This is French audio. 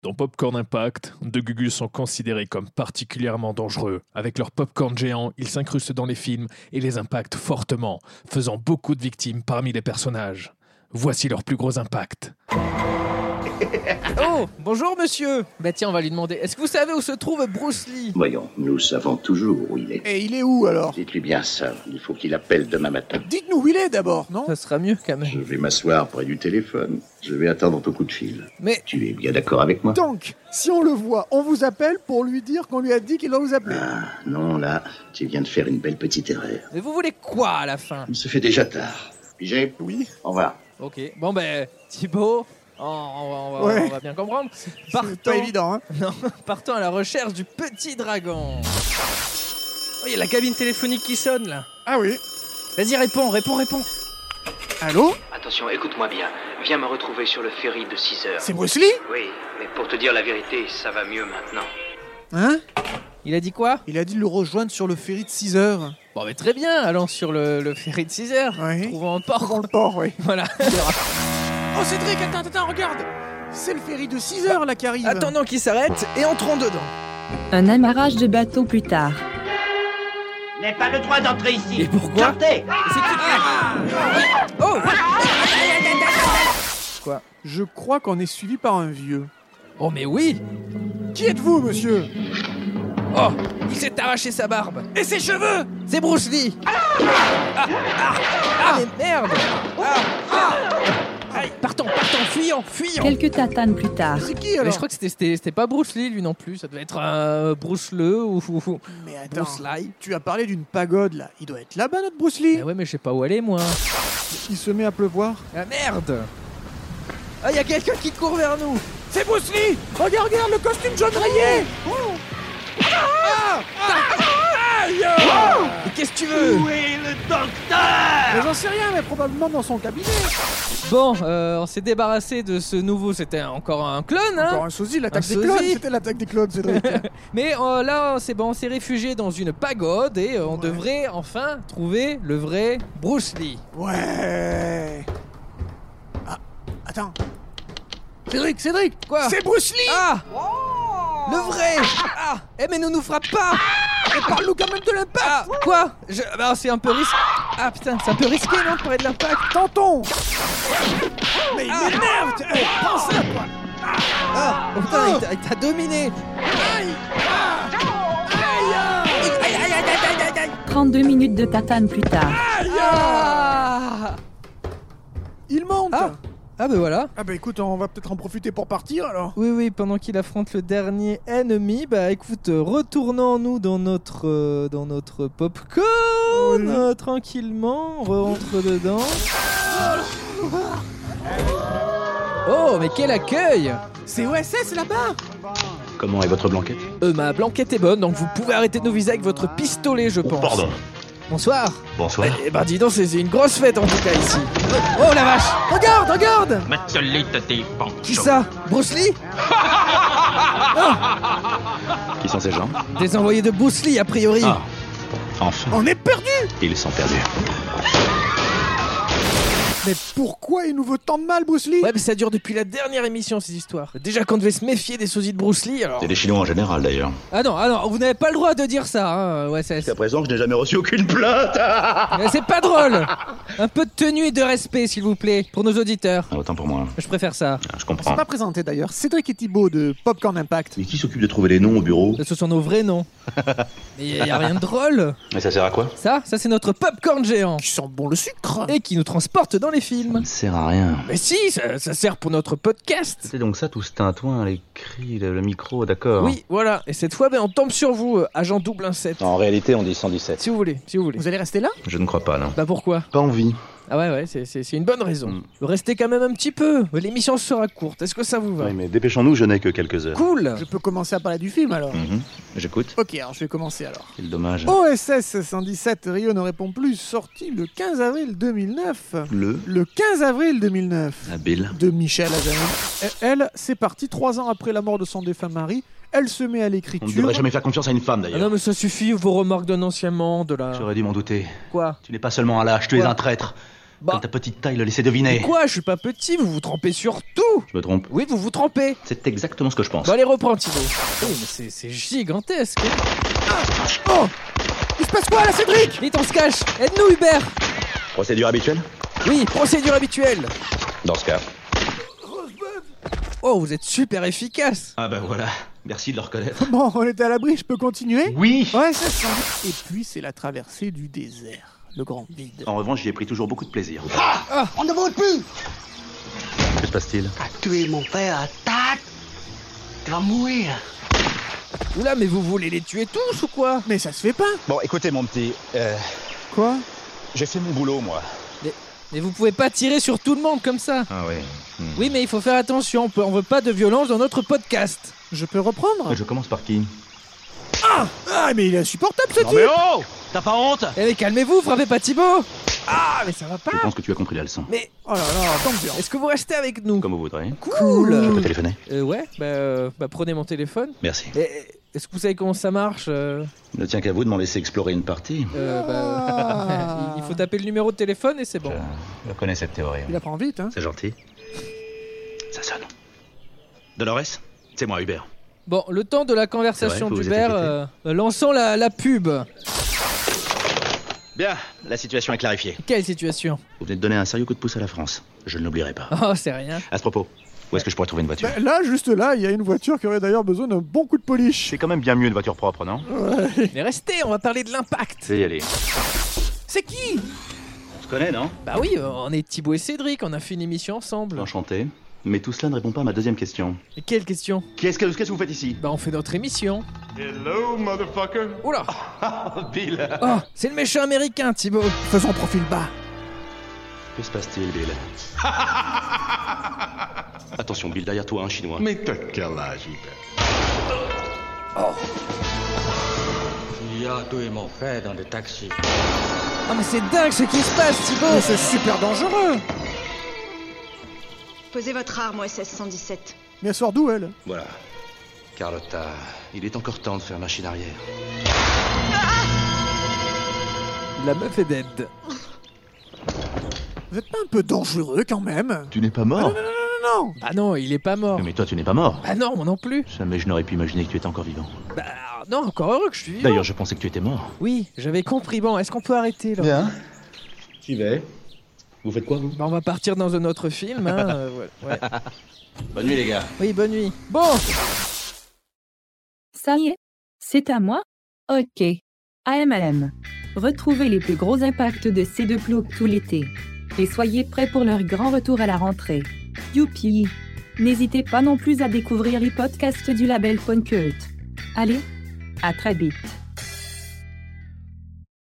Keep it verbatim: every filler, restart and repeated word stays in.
Dans Popcorn Impact, deux gugus sont considérés comme particulièrement dangereux. Avec leur popcorn géant, ils s'incrustent dans les films et les impactent fortement, faisant beaucoup de victimes parmi les personnages. Voici leur plus gros impact. Oh, bonjour monsieur. Bah tiens, on va lui demander, est-ce que vous savez où se trouve Bruce Lee? Voyons, nous savons toujours où il est. Et il est où alors? Dites-lui bien ça, il faut qu'il appelle demain matin. Dites-nous où il est d'abord, non? Ça sera mieux quand même. Je vais m'asseoir près du téléphone. Je vais attendre ton coup de fil. Mais... Tu es bien d'accord avec moi? Donc, si on le voit, on vous appelle pour lui dire qu'on lui a dit qu'il doit vous appeler. Ah, non, là, tu viens de faire une belle petite erreur. Mais vous voulez quoi à la fin? Il se fait déjà tard. Pigé? Oui. Au revoir. Ok, bon ben, Thibaut... Oh, on, va, on, va, ouais. on va bien comprendre. Partons... C'est pas évident, hein. Non, partons à la recherche du petit dragon. Oh, il y a la cabine téléphonique qui sonne, là. Ah oui. Vas-y, réponds, réponds, réponds. Allô? Attention, écoute-moi bien. Viens me retrouver sur le ferry de six heures. C'est Bruce Lee? Oui, mais pour te dire la vérité, ça va mieux maintenant. Hein? Il a dit quoi? Il a dit de le rejoindre sur le ferry de six heures. Bon, mais très bien, allons sur le, le ferry de six heures. Oui. Trouvons un port. Trouvons le port, oui. Voilà. Oh Cédric, attends, attends, regarde. C'est le ferry de six heures là qui arrive. Attendons qu'il s'arrête et entrons dedans. Un amarrage de bateau plus tard. Je n'ai pas le droit d'entrer ici. Et pourquoi? Sortez. C'est qui? Ah. Oh. Quoi? Je crois qu'on est suivi par un vieux. Oh mais oui. Qui êtes-vous, monsieur? Oh, il s'est arraché sa barbe. Et ses cheveux? C'est Bruce Lee. Ah, ah, ah, ah mais merde. Ah, ah. Aïe, partons, partons, fuyons, fuyons. Quelques tatanes plus tard. C'est qui alors? Mais je crois que c'était, c'était, c'était pas Bruce Lee lui non plus. Ça devait être un euh, Bruce Le ou, ou Mais attends, Bruce Lee. Tu as parlé d'une pagode là. Il doit être là-bas notre Bruce Lee. Mais ouais, mais je sais pas où aller moi. Il se met à pleuvoir. Ah merde. Ah, il y a quelqu'un qui court vers nous. C'est Bruce Lee. Regarde, regarde le costume jaune rayé. Oh. Ah, ah, aïe. Oh. Mais qu'est-ce que tu veux? Où est le docteur? Mais j'en sais rien, mais probablement dans son cabinet. Bon, euh, on s'est débarrassé de ce nouveau, c'était encore un clone, hein. Encore un sosie, l'attaque Un des sosie. clones. C'était l'attaque des clones, Cédric. Mais euh, là, c'est bon, on s'est réfugié dans une pagode et euh, on Ouais. devrait enfin trouver le vrai Bruce Lee. Ouais. Ah, attends. Cédric, Cédric. Quoi? C'est Bruce Lee. Ah, le vrai. Ah, eh mais ne nous frappe pas. Et parle-nous quand même de l'impact. Ah, quoi? Je... Bah, c'est un peu risqué. Ah putain, c'est un peu risqué, non, de parler de l'impact. Tentons. Mais il Ah. m'énerve. tu- eh, prends ça, toi. Ah, oh putain, il t'a- il t'a dominé. Aïe. Aïe, aïe, aïe, aïe, aïe, aïe, aïe. trente-deux minutes de tatanes plus tard. Ah. Il monte. Ah. Ah bah voilà. Ah bah écoute, on va peut-être en profiter pour partir alors. Oui, oui, pendant qu'il affronte le dernier ennemi, bah écoute, euh, retournons-nous dans notre, euh, dans notre popcorn, Oui. euh, tranquillement, on rentre dedans. Oh, mais quel accueil! C'est O S S là-bas. Comment est votre blanquette? Euh, ma blanquette est bonne, donc vous pouvez arrêter de nous viser avec votre pistolet, je pense. Pardon. Bonsoir. Bonsoir. Eh ben dis donc, c'est c'est une grosse fête en tout cas ici. Oh, oh la vache! Regarde, regarde! Qui ça? Bruce Lee? Qui sont ces gens? Des envoyés de Bruce Lee, a priori. Ah. Enfin, On est perdus. ils sont perdus. Mais pourquoi il nous veut tant de mal, Bruce Lee? Ouais, mais ça dure depuis la dernière émission, ces histoires. Déjà qu'on devait se méfier des sosies de Bruce Lee, alors... C'est des Chinois en général d'ailleurs. Ah non, ah non, vous n'avez pas le droit de dire ça, hein, ouais, c'est... Jusqu'à présent, je n'ai jamais reçu aucune plainte. Mais c'est pas drôle. Un peu de tenue et de respect, s'il vous plaît, pour nos auditeurs. Ah, autant pour moi. Je préfère ça. Ah, je On comprends. s'est pas présenté d'ailleurs. Cédric et Thibaut de Popcorn Impact. Mais qui s'occupe de trouver les noms au bureau? Ce sont nos vrais noms. Mais y a rien de drôle. Mais ça sert à quoi? Ça, ça c'est notre popcorn géant. Qui sent bon le sucre. Et qui nous transporte dans les films. Ça ne sert à rien. Mais si, ça, ça sert pour notre podcast. C'est donc ça, tout ce tintouin, les cris, le, le micro, d'accord. Oui, voilà. Et cette fois, ben, on tombe sur vous, euh, agent double un sept. En réalité, on dit cent dix-sept. Si vous voulez, si vous voulez. Vous allez rester là? Je ne crois pas, non. Bah pourquoi? Pas envie. Ah ouais, ouais, c'est, c'est, c'est une bonne raison. Mm. Restez quand même un petit peu. L'émission sera courte. Est-ce que ça vous va? Oui, mais dépêchons-nous, je n'ai que quelques heures. Cool. Je peux commencer à parler du film alors. Mhm. J'écoute. Ok, alors je vais commencer alors. Quel dommage. O S S cent dix-sept, Rio ne répond plus, sorti le quinze avril deux mille neuf. Le. Le quinze avril deux mille neuf. Habile. De Michel Azami. Et Elle, c'est parti trois ans après la mort de son défunt mari. Elle se met à On ne l'écriture. devrait jamais faire confiance à une femme Ah d'ailleurs. non, mais ça suffit, vos remarques d'un ancien amant, de la... J'aurais dû m'en douter. Quoi? Tu n'es pas seulement un lâche, tu es Quoi un traître. Bah. Comme ta petite taille le laissait deviner. Quoi? Je suis pas petit, vous vous trompez sur tout. Je me trompe. Oui, vous vous trompez. C'est exactement ce que je pense. Bon, allez, reprends, Thibaut. Oui, mais c'est, c'est gigantesque. Ah. Oh, il se passe quoi là, Cédric? Vite, on se cache. Aide-nous, Hubert. Procédure habituelle? Oui, procédure habituelle. Dans ce cas. Oh, vous êtes super efficace. Ah ben voilà, merci de le reconnaître. Bon, on était à l'abri, je peux continuer? Oui. Ouais, c'est ça. Et puis, c'est la traversée du désert. Le grand vide. En revanche, j'y ai pris toujours beaucoup de plaisir. Ah, on ne vote plus. Que se passe-t-il? T'as tué mon père, tac. Tu vas mourir. Oula, mais vous voulez les tuer tous ou quoi? Mais ça se fait pas. Bon, écoutez, mon petit, euh, Quoi? j'ai fait mon boulot, moi. mais, mais vous pouvez pas tirer sur tout le monde comme ça. Ah oui. Hmm. Oui, mais il faut faire attention, on, peut, on veut pas de violence dans notre podcast. Je peux reprendre? Je commence par qui? Ah, ah, mais il est insupportable ce Non type. mais oh! T'as pas honte? Eh mais calmez-vous, frappez pas Thibaut. Ah, mais ça va pas. Je pense que tu as compris la leçon. Mais Oh là là, tant bien. est-ce que vous restez avec nous? Comme vous voudrez. Cool. Je peux téléphoner? Euh, ouais, bah, euh, bah prenez mon téléphone. Merci. Et, est-ce que vous savez comment ça marche? euh, Ne tient qu'à vous de m'en laisser explorer une partie. euh, bah, Ah. il faut taper le numéro de téléphone et c'est bon. Je connais cette théorie. Il apprend vite, hein. C'est gentil. Ça sonne. Dolores? C'est moi, Hubert. Bon, le temps de la conversation C'est vrai, vous d'Hubert, êtes euh, lançons la, la pub. Bien, la situation est clarifiée. Quelle situation? Vous venez de donner un sérieux coup de pouce à la France. Je ne l'oublierai pas. Oh, c'est rien. À ce propos, où est-ce que je pourrais trouver une voiture? Bah, là, juste là, il y a une voiture qui aurait d'ailleurs besoin d'un bon coup de polish. C'est quand même bien mieux une voiture propre, non? Mais restez, on va parler de l'impact. C'est y aller. C'est qui? On se connaît, non? Bah oui, euh, on est Thibaut et Cédric, on a fait une émission ensemble. Enchanté. Mais tout cela ne répond pas à ma deuxième question. Et quelle question? Qu'est-ce que, qu'est-ce que vous faites ici? Bah on fait notre émission. Hello, motherfucker. Oula. Bill! Oh, c'est le méchant américain, Thibaut. Faisons profil bas. Que se passe-t-il, Bill? Attention, Bill, derrière toi, un chinois. Mais t'as quel âge, Hubert? Il a tué mon frère dans le taxi. Oh mais c'est dingue ce qui se passe, Thibaut. Mais c'est super dangereux. Posez votre arme au S S cent dix-sept. Mais elle sort d'où, elle? Voilà. Carlotta, il est encore temps de faire machine arrière. La meuf est dead. Vous êtes pas un peu dangereux quand même? Tu n'es pas Ah, mort? non, non, non, non, non. Ah non, il est pas mort. Mais toi, tu n'es pas mort. Bah non, moi non plus. Jamais je n'aurais pu imaginer que tu étais encore vivant. Bah non, encore heureux que je suis vivant. D'ailleurs, je pensais que tu étais mort. Oui, j'avais compris. Bon, est-ce qu'on peut arrêter là? Bien. J'y vais. Vous faites quoi, vous? Bah on va partir dans un autre film, hein. euh, ouais, ouais. Bonne nuit, les gars. Oui, bonne nuit. Bon. Ça y est, c'est à moi? Ok. A M M. Retrouvez les plus gros impacts de ces deux plots tout l'été. Et soyez prêts pour leur grand retour à la rentrée. Youpi! N'hésitez pas non plus à découvrir les podcasts du label Punkcult. Allez, à très vite.